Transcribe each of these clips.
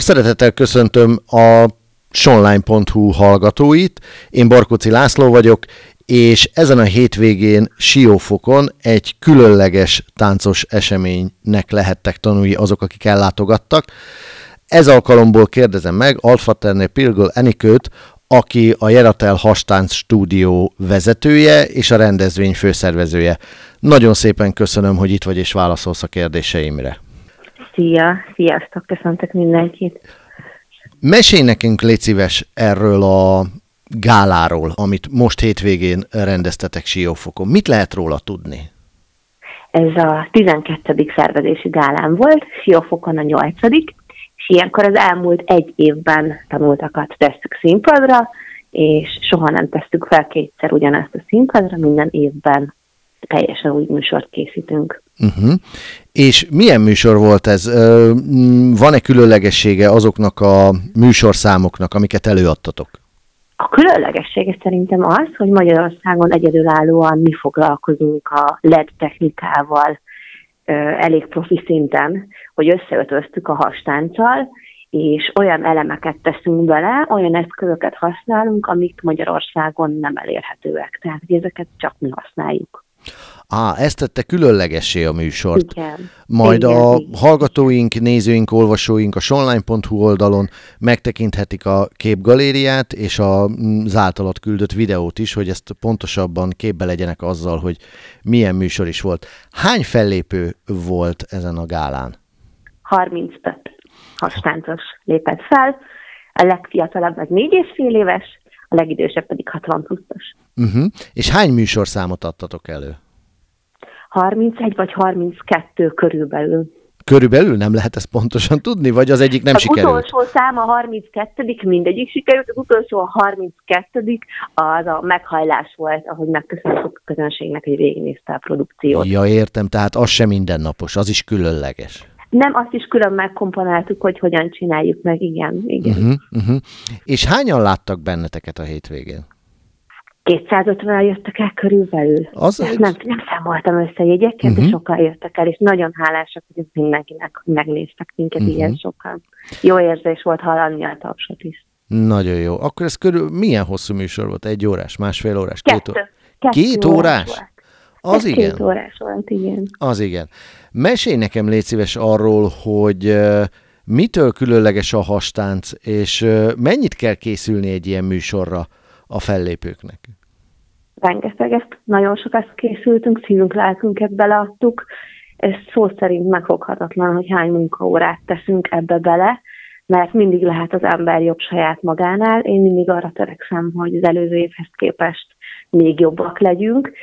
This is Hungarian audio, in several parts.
Szeretettel köszöntöm a sonline.hu hallgatóit. Én Barkóczy László vagyok, és ezen a hétvégén Siófokon egy különleges táncos eseménynek lehettek tanulni azok, akik ellátogattak. Ez alkalomból kérdezem meg Alfaterné Pirgl Enikőt, aki a Jeratel Hastánc stúdió vezetője és a rendezvény főszervezője. Nagyon szépen köszönöm, hogy itt vagy és válaszolsz a kérdéseimre. Sziasztok, köszöntök mindenkit. Mesélj nekünk, légy szíves, erről a gáláról, amit most hétvégén rendeztetek Siófokon. Mit lehet róla tudni? Ez a 12. szervezési gálán volt, Siófokon a 8. és ilyenkor az elmúlt egy évben tanultakat tesszük színpadra, és soha nem tesszük fel kétszer ugyanezt a színpadra, minden évben teljesen új műsort készítünk. És milyen műsor volt ez? Van-e különlegessége azoknak a műsorszámoknak, amiket előadtatok? A különlegessége szerintem az, hogy Magyarországon egyedülállóan mi foglalkozunk a LED technikával elég profi szinten, hogy összeötöztük a hastánccal, és olyan elemeket teszünk bele, olyan eszközöket használunk, amik Magyarországon nem elérhetőek. Tehát, hogy ezeket csak mi használjuk. Ez tette különlegessé a műsort. Igen. Majd a hallgatóink, nézőink, olvasóink a sonline.hu oldalon megtekinthetik a képgalériát és az általad küldött videót is, hogy ezt pontosabban képbe legyenek azzal, hogy milyen műsor is volt. Hány fellépő volt ezen a gálán? 35 hastáncos lépett fel, a legfiatalabb az 4,5 éves, a legidősebb pedig 60 pluszos. És hány műsorszámot adtatok elő? 31 vagy 32 körülbelül. Körülbelül nem lehet ezt pontosan tudni, vagy az egyik nem sikerült? Az utolsó szám a 32. mindegyik sikerült, az utolsó a 32. az a meghajlás volt, ahogy megköszöntük a közönségnek, hogy végignézte a produkciót. Ja, értem, tehát az sem mindennapos, az is különleges. Nem, azt is külön megkomponáltuk, hogy hogyan csináljuk meg, igen. És hányan láttak benneteket a hétvégén? 250-en jöttek el körülbelül. Nem számoltam össze jegyeket, de sokan jöttek el, és nagyon hálásak, hogy mindenkinek megnéztek minket ilyen sokan. Jó érzés volt hallani a tapsot is. Nagyon jó. Akkor ez milyen hosszú műsor volt? 1 órás, másfél órás? 2 órás? Az igen. 2 órás volt, igen. Az igen. Mesélj nekem, légy szíves, arról, hogy mitől különleges a hastánc, és mennyit kell készülni egy ilyen műsorra a fellépőknek? Rengeteget, nagyon sokat készültünk, szívünk, lelkünket beleadtuk. Ez szó szerint megfoghatatlan, hogy hány munkaórát teszünk ebbe bele, mert mindig lehet az ember jobb saját magánál. Én mindig arra törekszem, hogy az előző évhez képest még jobbak legyünk.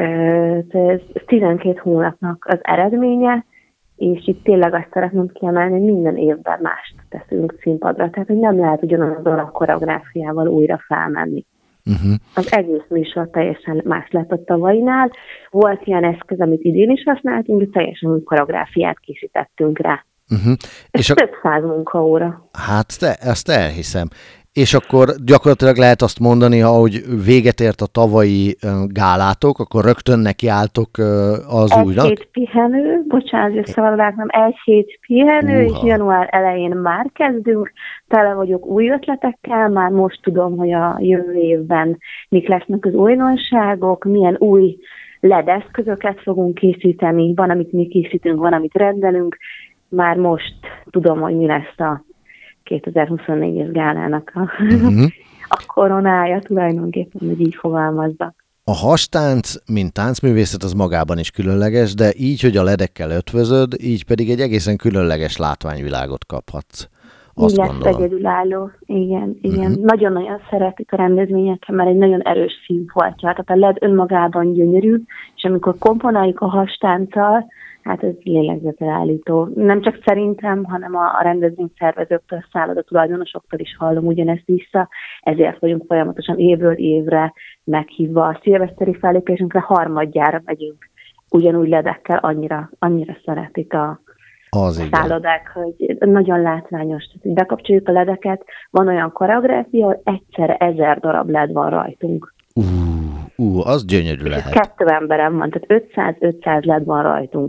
Ez 12 hónapnak az eredménye, és itt tényleg azt szeretném kiemelni, hogy minden évben mást teszünk színpadra, tehát hogy nem lehet ugyanazzal a koreográfiával újra felmenni. Az egész műsor teljesen más lett a tavalyinál. Volt ilyen eszköz, amit idén is használtunk, de teljesen új koreográfiát készítettünk rá. Ez több 100 munkaóra. Hát ezt elhiszem. És akkor gyakorlatilag lehet azt mondani, hogy véget ért a tavalyi gálátok, akkor rögtön nekiálltok az újnak? 1 hét pihenő, bocsánat, összevalódáltam, 1 hét pihenő, és január elején már kezdünk. Tele vagyok új ötletekkel, már most tudom, hogy a jövő évben mik lesznek az újdonságok, milyen új LED eszközöket fogunk készíteni, van, amit mi készítünk, van, amit rendelünk. Már most tudom, hogy mi lesz a 2024-es gálának a koronája tulajdonképpen, hogy így fogalmazzak. A hastánc, mint táncművészet, az magában is különleges, de így, hogy a ledekkel ötvözöd, így pedig egy egészen különleges látványvilágot kaphatsz. Azt gondolom. Egyedülálló. Igen. Nagyon-nagyon szeretik a rendezvényeken, mert egy nagyon erős színfoltja. Tehát a LED önmagában gyönyörű, és amikor komponáljuk a hastánccal, hát ez lélegzetelállító. Nem csak szerintem, hanem a rendezvényszervezőktől, szálloda tulajdonosoktól is hallom ugyanezt vissza, ezért vagyunk folyamatosan évről évre meghívva. A szilveszteri fellépésünkre harmadjára megyünk ugyanúgy ledekkel, annyira szeretik a szállodák, hogy nagyon látványos. Tehát, bekapcsoljuk a ledeket, van olyan koreográfia, hogy egyszerre 1000 darab led van rajtunk. Az gyönyörű lehet. 2 emberem van, tehát 500 led van rajtunk.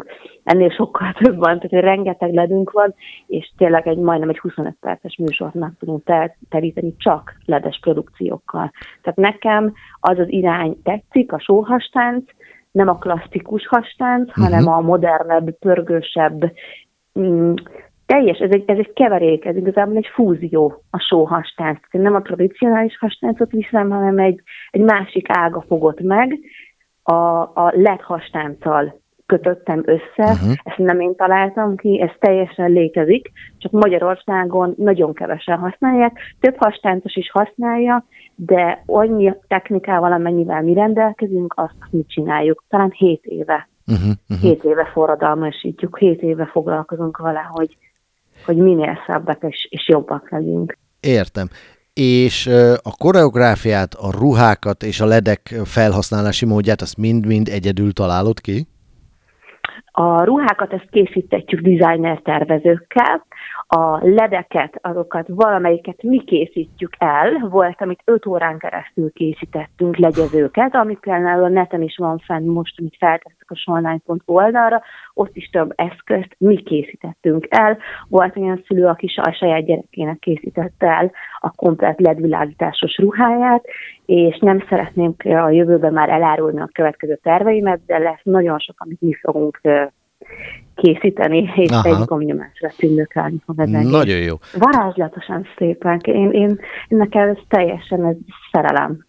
ennél sokkal több van, tehát rengeteg ledünk van, és tényleg majdnem egy 25 perces műsort meg tudunk teríteni csak ledes produkciókkal. Tehát nekem az irány tetszik, a sóhastánc, nem a klasszikus hastánc, hanem a modernebb, pörgősebb, teljes, ez egy keverék, ez igazából egy fúzió a sóhastánc. Nem a tradicionális hastáncot viszem, hanem egy másik ága fogott meg, a LED hastánccal kötöttem össze, ezt nem én találtam ki, ez teljesen létezik, csak Magyarországon nagyon kevesen használják, több hastáncos is használja, de annyi technikával, amennyivel mi rendelkezünk, azt mi csináljuk. Talán 7 éve. 7 éve forradalmasítjuk, 7 éve foglalkozunk vele, hogy minél szebbek és jobbak legyünk. Értem. És a koreográfiát, a ruhákat és a ledek felhasználási módját, azt mind-mind egyedül találod ki? A ruhákat ezt készítetjük designer tervezőkkel, a ledeket, azokat valamelyiket mi készítjük el, volt, amit 5 órán keresztül készítettünk legyezőket, ami például a neten is van fenn most, amit feltesszük a sonline.hu oldalra, ott is több eszközt mi készítettünk el. Volt olyan szülő, aki a saját gyerekének készítette el a komplet ledvilágításos ruháját, és nem szeretném a jövőben már elárulni a következő terveimet, de lesz nagyon sok, amit mi fogunk készíteni, és egy gomnyomásra tündökálni fog az egész. Nagyon jó. Varázslatosan szépen. Én nekem ez teljesen ez szerelem.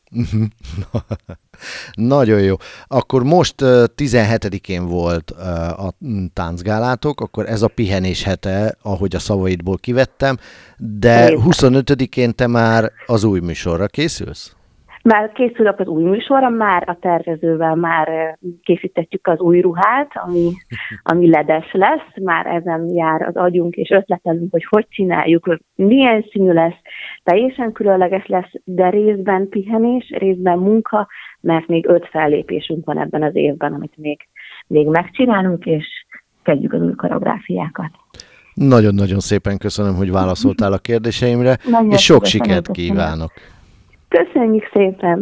Nagyon jó. Akkor most 17-én volt a táncgálátok, akkor ez a pihenés hete, ahogy a szavaidból kivettem, de 25-én te már az új műsorra készülsz? Már készülök az új műsorra, már a tervezővel már készítettük az új ruhát, ami ledes lesz, már ezen jár az agyunk, és ötletelünk, hogy csináljuk, milyen színű lesz, teljesen különleges lesz, de részben pihenés, részben munka, mert még 5 fellépésünk van ebben az évben, amit még megcsinálunk, és kezdjük az új koreográfiákat. Nagyon-nagyon szépen köszönöm, hogy válaszoltál a kérdéseimre, és sok sikert kívánok! Köszönjük szépen!